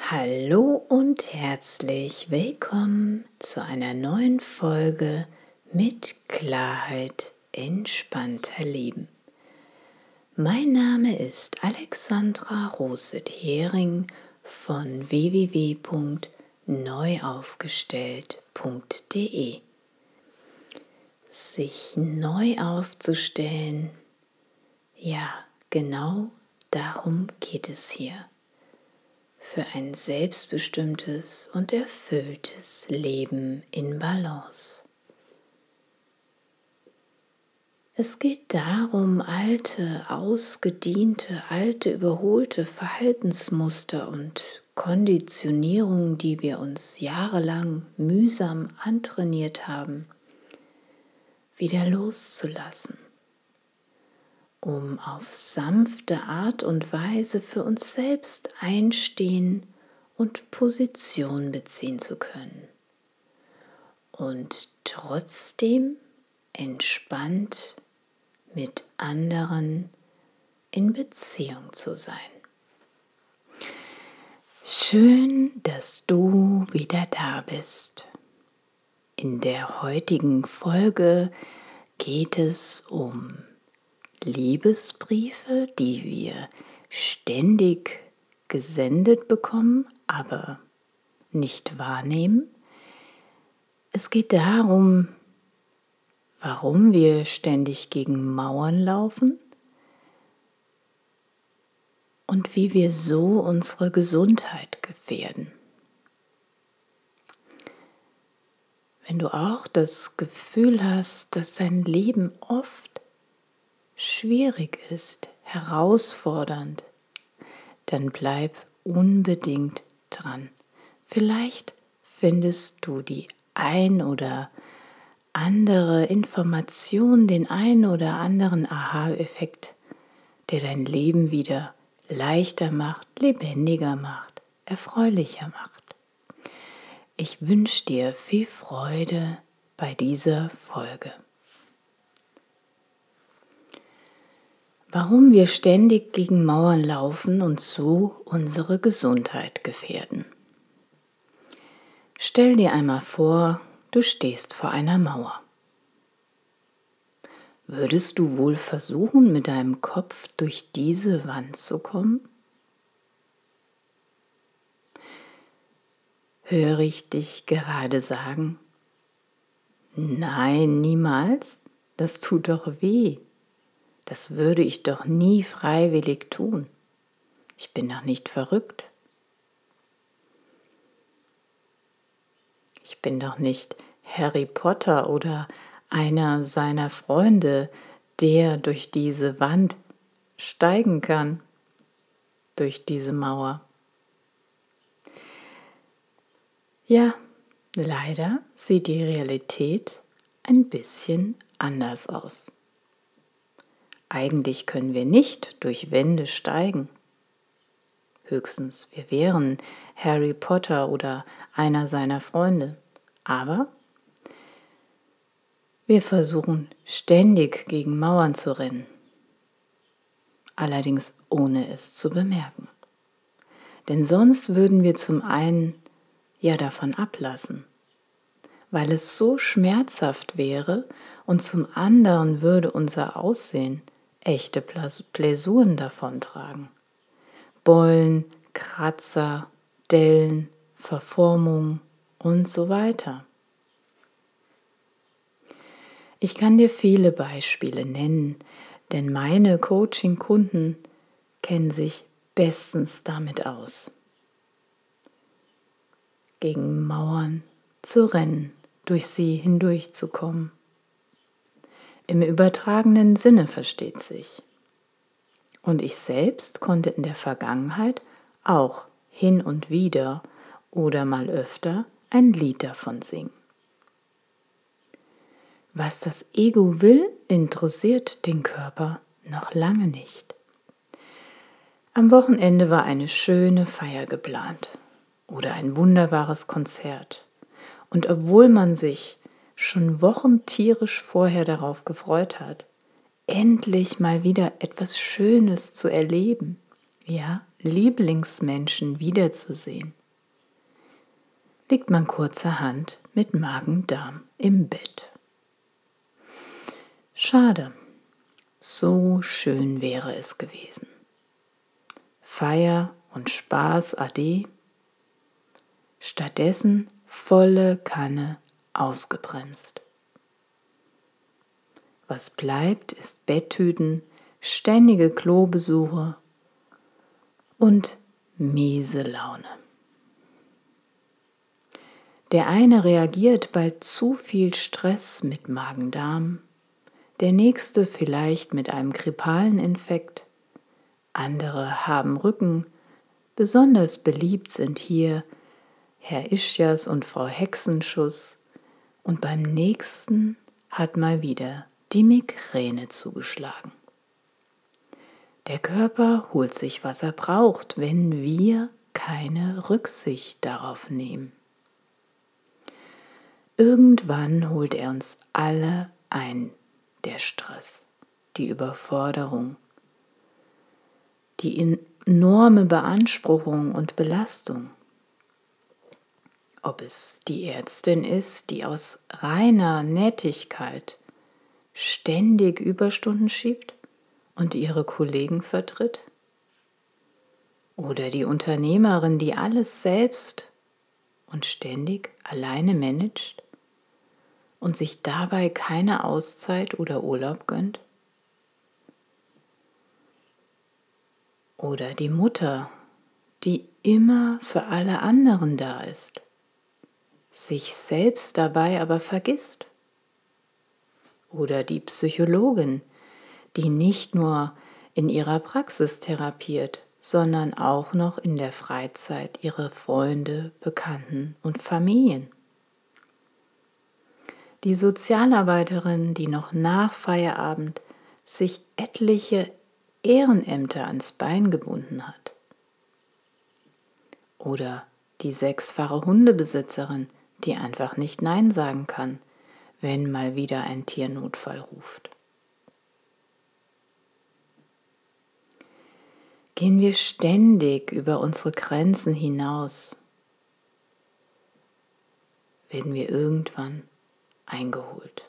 Hallo und herzlich willkommen zu einer neuen Folge mit Klarheit entspannter Leben. Mein Name ist Alexandra Roset-Hering von www.neuaufgestellt.de. Sich neu aufzustellen, ja, genau darum geht es hier. Für ein selbstbestimmtes und erfülltes Leben in Balance. Es geht darum, alte, überholte Verhaltensmuster und Konditionierungen, die wir uns jahrelang mühsam antrainiert haben, wieder loszulassen, um auf sanfte Art und Weise für uns selbst einstehen und Position beziehen zu können und trotzdem entspannt mit anderen in Beziehung zu sein. Schön, dass du wieder da bist. In der heutigen Folge geht es um Liebesbriefe, die wir ständig gesendet bekommen, aber nicht wahrnehmen. Es geht darum, warum wir ständig gegen Mauern laufen und wie wir so unsere Gesundheit gefährden. Wenn du auch das Gefühl hast, dass dein Leben oft schwierig ist, herausfordernd, dann bleib unbedingt dran. Vielleicht findest du die ein oder andere Information, den ein oder anderen Aha-Effekt, der dein Leben wieder leichter macht, lebendiger macht, erfreulicher macht. Ich wünsche dir viel Freude bei dieser Folge. Warum wir ständig gegen Mauern laufen und so unsere Gesundheit gefährden. Stell dir einmal vor, du stehst vor einer Mauer. Würdest du wohl versuchen, mit deinem Kopf durch diese Wand zu kommen? Höre ich dich gerade sagen, nein, niemals, das tut doch weh. Das würde ich doch nie freiwillig tun. Ich bin doch nicht verrückt. Ich bin doch nicht Harry Potter oder einer seiner Freunde, der durch diese Wand steigen kann, durch diese Mauer. Ja, leider sieht die Realität ein bisschen anders aus. Eigentlich können wir nicht durch Wände steigen. Höchstens, wir wären Harry Potter oder einer seiner Freunde. Aber wir versuchen ständig gegen Mauern zu rennen. Allerdings ohne es zu bemerken. Denn sonst würden wir zum einen ja davon ablassen, weil es so schmerzhaft wäre und zum anderen würde unser Aussehen echte Blessuren davontragen. Beulen, Kratzer, Dellen, Verformung und so weiter. Ich kann dir viele Beispiele nennen, denn meine Coaching-Kunden kennen sich bestens damit aus. Gegen Mauern zu rennen, durch sie hindurchzukommen. Im übertragenen Sinne versteht sich. Und ich selbst konnte in der Vergangenheit auch hin und wieder oder mal öfter ein Lied davon singen. Was das Ego will, interessiert den Körper noch lange nicht. Am Wochenende war eine schöne Feier geplant oder ein wunderbares Konzert. Und obwohl man sich schon Wochen tierisch vorher darauf gefreut hat, endlich mal wieder etwas Schönes zu erleben, ja, Lieblingsmenschen wiederzusehen, liegt man kurzerhand mit Magen-Darm im Bett. Schade, so schön wäre es gewesen. Feier und Spaß ade, stattdessen volle Kanne ausgebremst. Was bleibt, ist Betttüten, ständige Klobesuche und miese Laune. Der eine reagiert bei zu viel Stress mit Magen-Darm, der nächste vielleicht mit einem grippalen Infekt, andere haben Rücken, besonders beliebt sind hier Herr Ischias und Frau Hexenschuss und beim nächsten hat mal wieder die Migräne zugeschlagen. Der Körper holt sich, was er braucht, wenn wir keine Rücksicht darauf nehmen. Irgendwann holt er uns alle ein, der Stress, die Überforderung, die enorme Beanspruchung und Belastung. Ob es die Ärztin ist, die aus reiner Nettigkeit ständig Überstunden schiebt und ihre Kollegen vertritt, oder die Unternehmerin, die alles selbst und ständig alleine managt und sich dabei keine Auszeit oder Urlaub gönnt? Oder die Mutter, die immer für alle anderen da ist, sich selbst dabei aber vergisst? Oder die Psychologin, die nicht nur in ihrer Praxis therapiert, sondern auch noch in der Freizeit ihre Freunde, Bekannten und Familien? Die Sozialarbeiterin, die noch nach Feierabend sich etliche Ehrenämter ans Bein gebunden hat. Oder die 6-fache Hundebesitzerin, die einfach nicht Nein sagen kann, wenn mal wieder ein Tiernotfall ruft. Gehen wir ständig über unsere Grenzen hinaus, werden wir irgendwann eingeholt.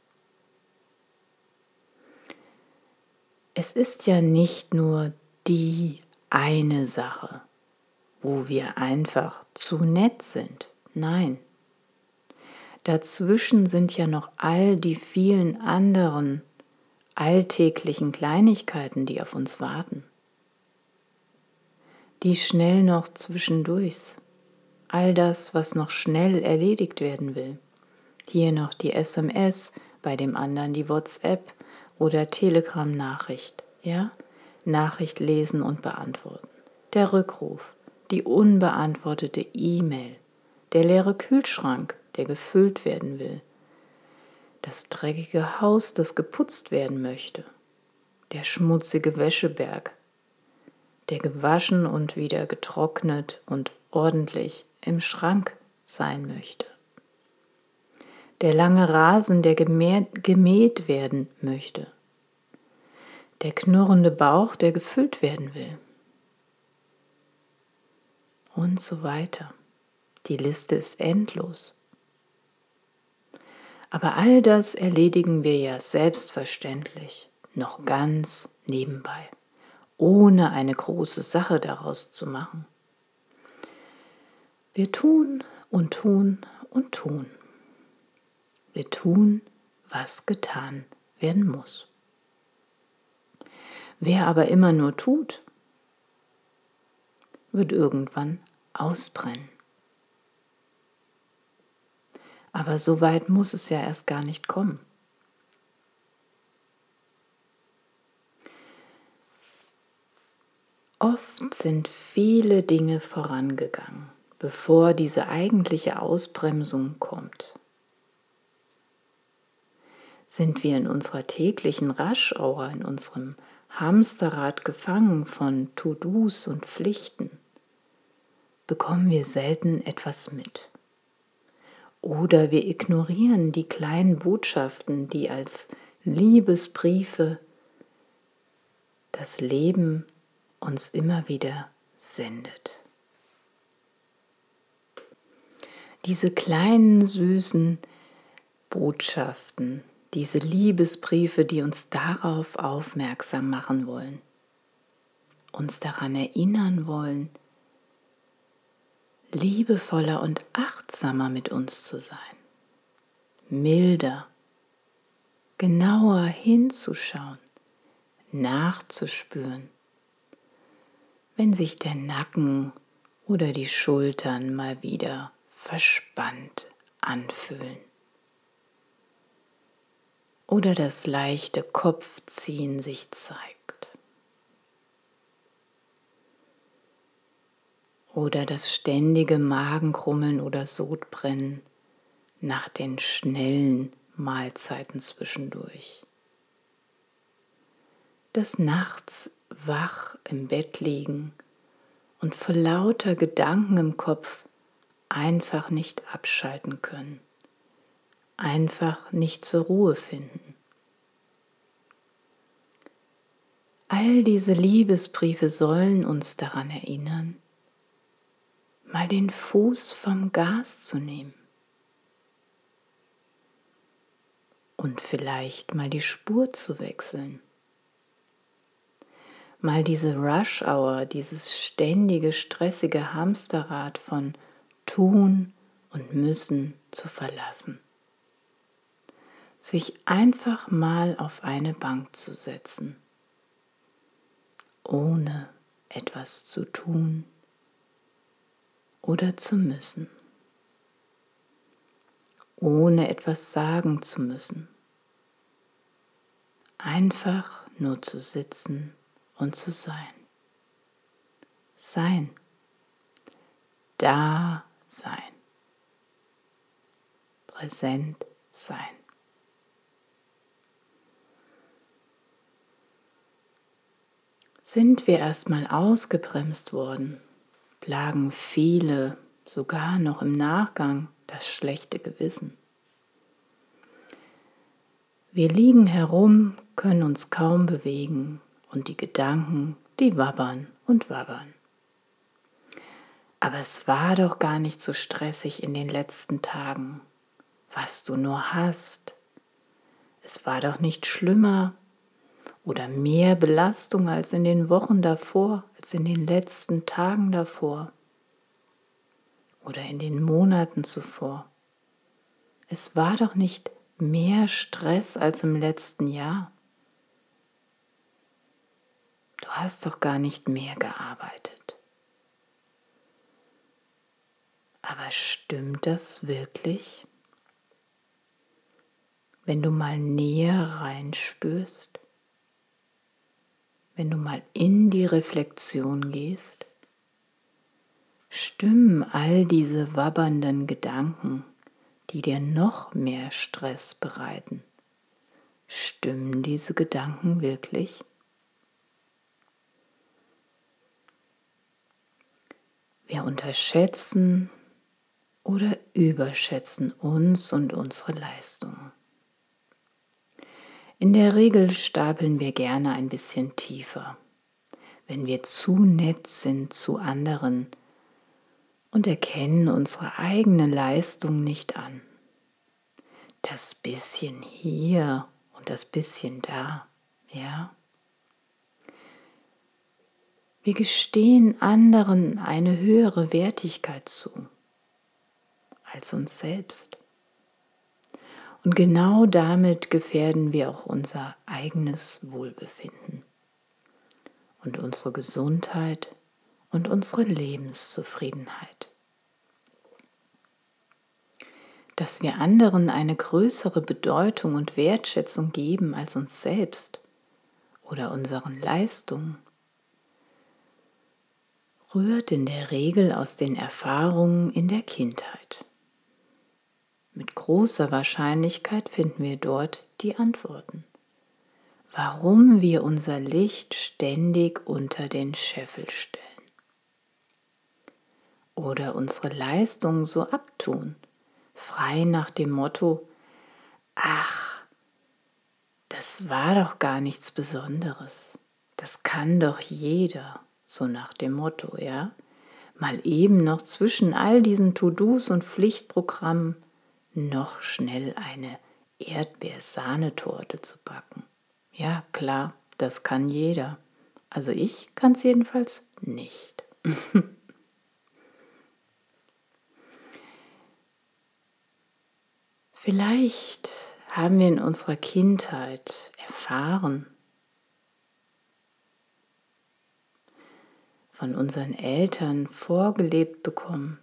Es ist ja nicht nur die eine Sache, wo wir einfach zu nett sind. Nein. Dazwischen sind ja noch all die vielen anderen alltäglichen Kleinigkeiten, die auf uns warten. Die schnell noch zwischendurchs. All das, was noch schnell erledigt werden will. Hier noch die SMS, bei dem anderen die WhatsApp oder Telegram-Nachricht. Ja? Nachricht lesen und beantworten. Der Rückruf, die unbeantwortete E-Mail, der leere Kühlschrank, der gefüllt werden will, das dreckige Haus, das geputzt werden möchte, der schmutzige Wäscheberg, der gewaschen und wieder getrocknet und ordentlich im Schrank sein möchte, der lange Rasen, der gemäht werden möchte, der knurrende Bauch, der gefüllt werden will und so weiter. Die Liste ist endlos. Aber all das erledigen wir ja selbstverständlich noch ganz nebenbei, ohne eine große Sache daraus zu machen. Wir tun und tun und tun. Wir tun, was getan werden muss. Wer aber immer nur tut, wird irgendwann ausbrennen. Aber so weit muss es ja erst gar nicht kommen. Oft sind viele Dinge vorangegangen, bevor diese eigentliche Ausbremsung kommt. Sind wir in unserer täglichen Rush-Hour, in unserem Hamsterrad gefangen von To-Dos und Pflichten, bekommen wir selten etwas mit. Oder wir ignorieren die kleinen Botschaften, die als Liebesbriefe das Leben uns immer wieder sendet. Diese kleinen süßen Botschaften, diese Liebesbriefe, die uns darauf aufmerksam machen wollen, uns daran erinnern wollen, liebevoller und achtsamer mit uns zu sein, milder, genauer hinzuschauen, nachzuspüren, wenn sich der Nacken oder die Schultern mal wieder verspannt anfühlen oder das leichte Kopfziehen sich zeigt oder das ständige Magenkrummeln oder Sodbrennen nach den schnellen Mahlzeiten zwischendurch. Das nachts wach im Bett liegen und vor lauter Gedanken im Kopf einfach nicht abschalten können, einfach nicht zur Ruhe finden. All diese Liebesbriefe sollen uns daran erinnern, mal den Fuß vom Gas zu nehmen und vielleicht mal die Spur zu wechseln. Mal diese Rush-Hour, dieses ständige, stressige Hamsterrad von Tun und Müssen zu verlassen. Sich einfach mal auf eine Bank zu setzen, ohne etwas zu tun oder zu müssen, ohne etwas sagen zu müssen. Einfach nur zu sitzen und zu sein. Sein. Da sein. Präsent sein. Sind wir erstmal ausgebremst worden, plagen viele, sogar noch im Nachgang, das schlechte Gewissen. Wir liegen herum, können uns kaum bewegen und die Gedanken, die wabbern und wabbern. Aber es war doch gar nicht so stressig in den letzten Tagen, was du nur hast. Es war doch nicht schlimmer oder mehr Belastung als in den Wochen davor, als in den letzten Tagen davor oder in den Monaten zuvor. Es war doch nicht mehr Stress als im letzten Jahr. Du hast doch gar nicht mehr gearbeitet. Aber stimmt das wirklich? Wenn du mal näher reinspürst, wenn du mal in die Reflexion gehst, stimmen all diese wabbernden Gedanken, die dir noch mehr Stress bereiten, stimmen diese Gedanken wirklich? Wir unterschätzen oder überschätzen uns und unsere Leistungen. In der Regel stapeln wir gerne ein bisschen tiefer, wenn wir zu nett sind zu anderen und erkennen unsere eigene Leistung nicht an. Das bisschen hier und das bisschen da, ja? Wir gestehen anderen eine höhere Wertigkeit zu als uns selbst. Und genau damit gefährden wir auch unser eigenes Wohlbefinden und unsere Gesundheit und unsere Lebenszufriedenheit. Dass wir anderen eine größere Bedeutung und Wertschätzung geben als uns selbst oder unseren Leistungen, rührt in der Regel aus den Erfahrungen in der Kindheit. Mit großer Wahrscheinlichkeit finden wir dort die Antworten, warum wir unser Licht ständig unter den Scheffel stellen oder unsere Leistungen so abtun, frei nach dem Motto: Ach, das war doch gar nichts Besonderes, das kann doch jeder so nach dem Motto, ja. Mal eben noch zwischen all diesen To-Dos und Pflichtprogrammen noch schnell eine Erdbeersahnetorte zu backen. Ja, klar, das kann jeder. Also ich kann es jedenfalls nicht. Vielleicht haben wir in unserer Kindheit erfahren, von unseren Eltern vorgelebt bekommen,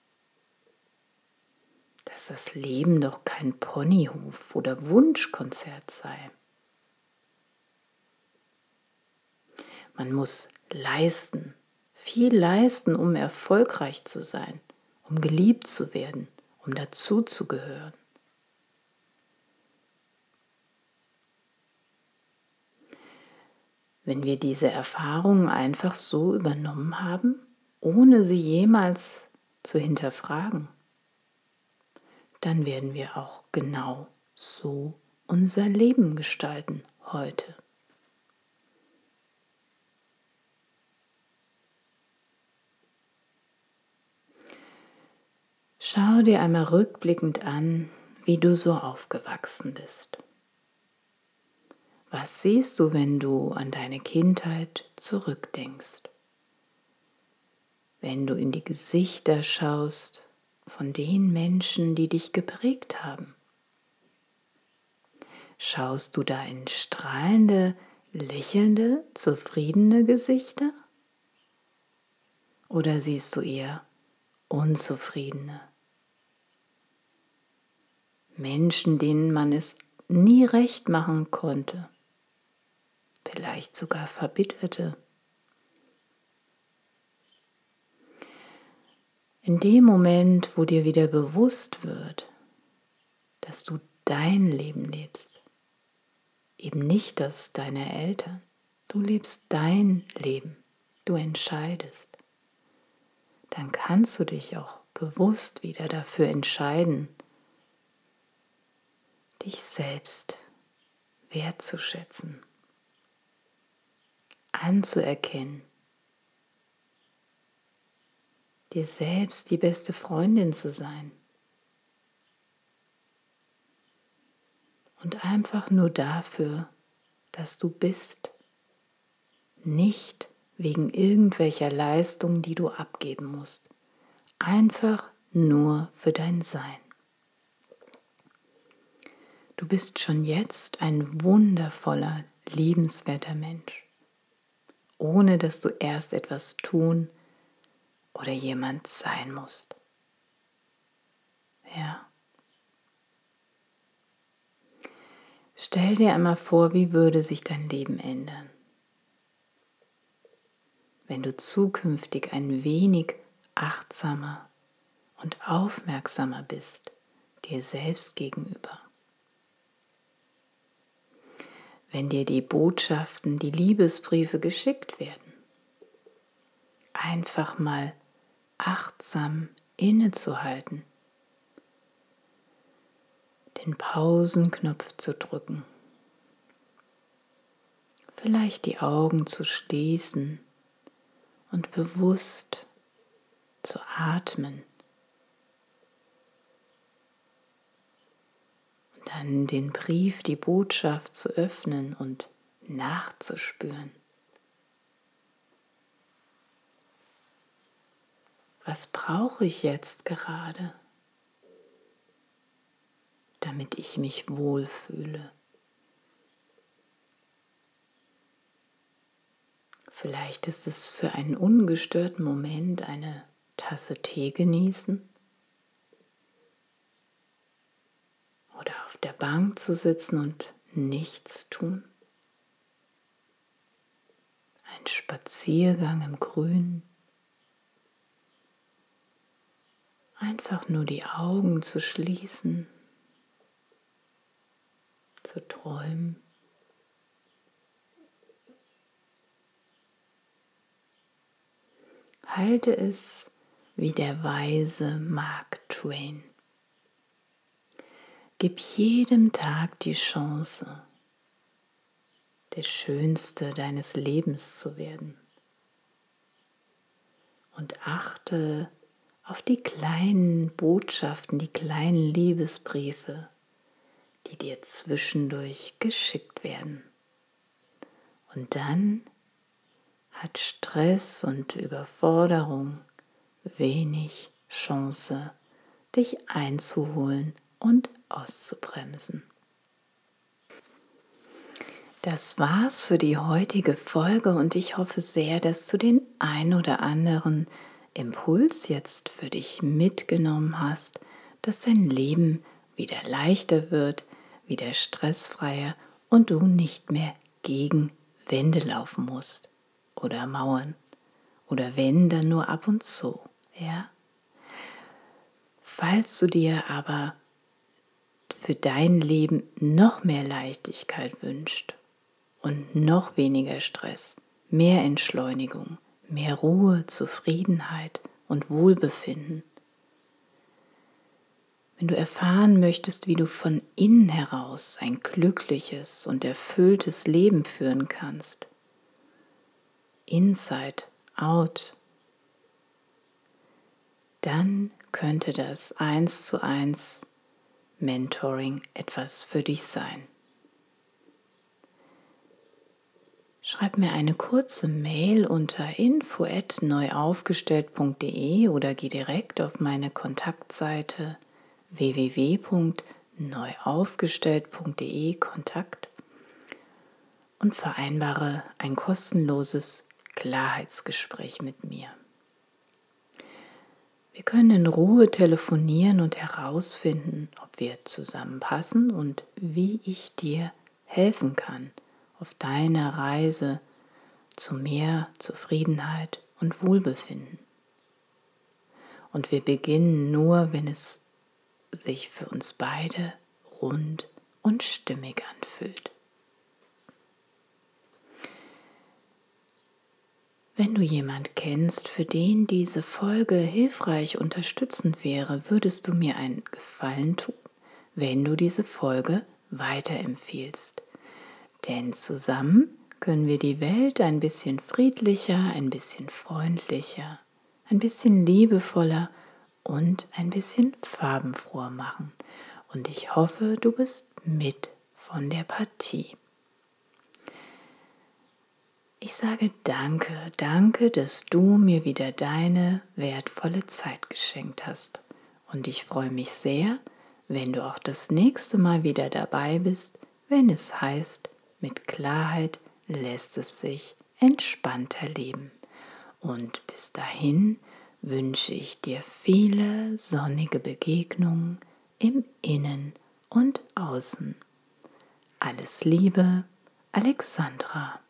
dass das Leben doch kein Ponyhof oder Wunschkonzert sei. Man muss leisten, viel leisten, um erfolgreich zu sein, um geliebt zu werden, um dazuzugehören. Wenn wir diese Erfahrungen einfach so übernommen haben, ohne sie jemals zu hinterfragen, dann werden wir auch genau so unser Leben gestalten heute. Schau dir einmal rückblickend an, wie du so aufgewachsen bist. Was siehst du, wenn du an deine Kindheit zurückdenkst? Wenn du in die Gesichter schaust von den Menschen, die dich geprägt haben? Schaust du da in strahlende, lächelnde, zufriedene Gesichter? Oder siehst du eher unzufriedene Menschen, denen man es nie recht machen konnte? Vielleicht sogar Verbitterte. In dem Moment, wo dir wieder bewusst wird, dass du dein Leben lebst, eben nicht das deiner Eltern, du lebst dein Leben, du entscheidest, dann kannst du dich auch bewusst wieder dafür entscheiden, dich selbst wertzuschätzen, anzuerkennen, dir selbst die beste Freundin zu sein und einfach nur dafür, dass du bist, nicht wegen irgendwelcher Leistungen, die du abgeben musst, einfach nur für dein Sein. Du bist schon jetzt ein wundervoller, liebenswerter Mensch, ohne dass du erst etwas tun oder jemand sein musst. Ja. Stell dir einmal vor, wie würde sich dein Leben ändern, wenn du zukünftig ein wenig achtsamer und aufmerksamer bist dir selbst gegenüber. Wenn dir die Botschaften, die Liebesbriefe geschickt werden, einfach mal achtsam innezuhalten, den Pausenknopf zu drücken, vielleicht die Augen zu schließen und bewusst zu atmen. Und dann den Brief, die Botschaft zu öffnen und nachzuspüren. Was brauche ich jetzt gerade, damit ich mich wohlfühle? Vielleicht ist es für einen ungestörten Moment eine Tasse Tee genießen oder auf der Bank zu sitzen und nichts tun. Ein Spaziergang im Grün. Einfach nur die Augen zu schließen, zu träumen. Halte es wie der weise Mark Twain. Gib jedem Tag die Chance, der Schönste deines Lebens zu werden. und achte auf die kleinen Botschaften, die kleinen Liebesbriefe, die dir zwischendurch geschickt werden. Und dann hat Stress und Überforderung wenig Chance, dich einzuholen und auszubremsen. Das war's für die heutige Folge und ich hoffe sehr, dass du den ein oder anderen Impuls jetzt für dich mitgenommen hast, dass dein Leben wieder leichter wird, wieder stressfreier und du nicht mehr gegen Wände laufen musst oder Mauern oder wenn, dann nur ab und zu, ja? Falls du dir aber für dein Leben noch mehr Leichtigkeit wünschst und noch weniger Stress, mehr Entschleunigung, mehr Ruhe, Zufriedenheit und Wohlbefinden. Wenn du erfahren möchtest, wie du von innen heraus ein glückliches und erfülltes Leben führen kannst, inside out, dann könnte das 1:1 Mentoring etwas für dich sein. Schreib mir eine kurze Mail unter info@neuaufgestellt.de oder geh direkt auf meine Kontaktseite www.neuaufgestellt.de Kontakt und vereinbare ein kostenloses Klarheitsgespräch mit mir. Wir können in Ruhe telefonieren und herausfinden, ob wir zusammenpassen und wie ich dir helfen kann auf deiner Reise zu mehr Zufriedenheit und Wohlbefinden. Und wir beginnen nur, wenn es sich für uns beide rund und stimmig anfühlt. Wenn du jemand kennst, für den diese Folge hilfreich unterstützend wäre, würdest du mir einen Gefallen tun, wenn du diese Folge weiterempfiehlst. Denn zusammen können wir die Welt ein bisschen friedlicher, ein bisschen freundlicher, ein bisschen liebevoller und ein bisschen farbenfroher machen. Und ich hoffe, du bist mit von der Partie. Ich sage danke, dass du mir wieder deine wertvolle Zeit geschenkt hast. Und ich freue mich sehr, wenn du auch das nächste Mal wieder dabei bist, wenn es heißt, mit Klarheit lässt es sich entspannter leben. Und bis dahin wünsche ich dir viele sonnige Begegnungen im Innen und Außen. Alles Liebe, Alexandra.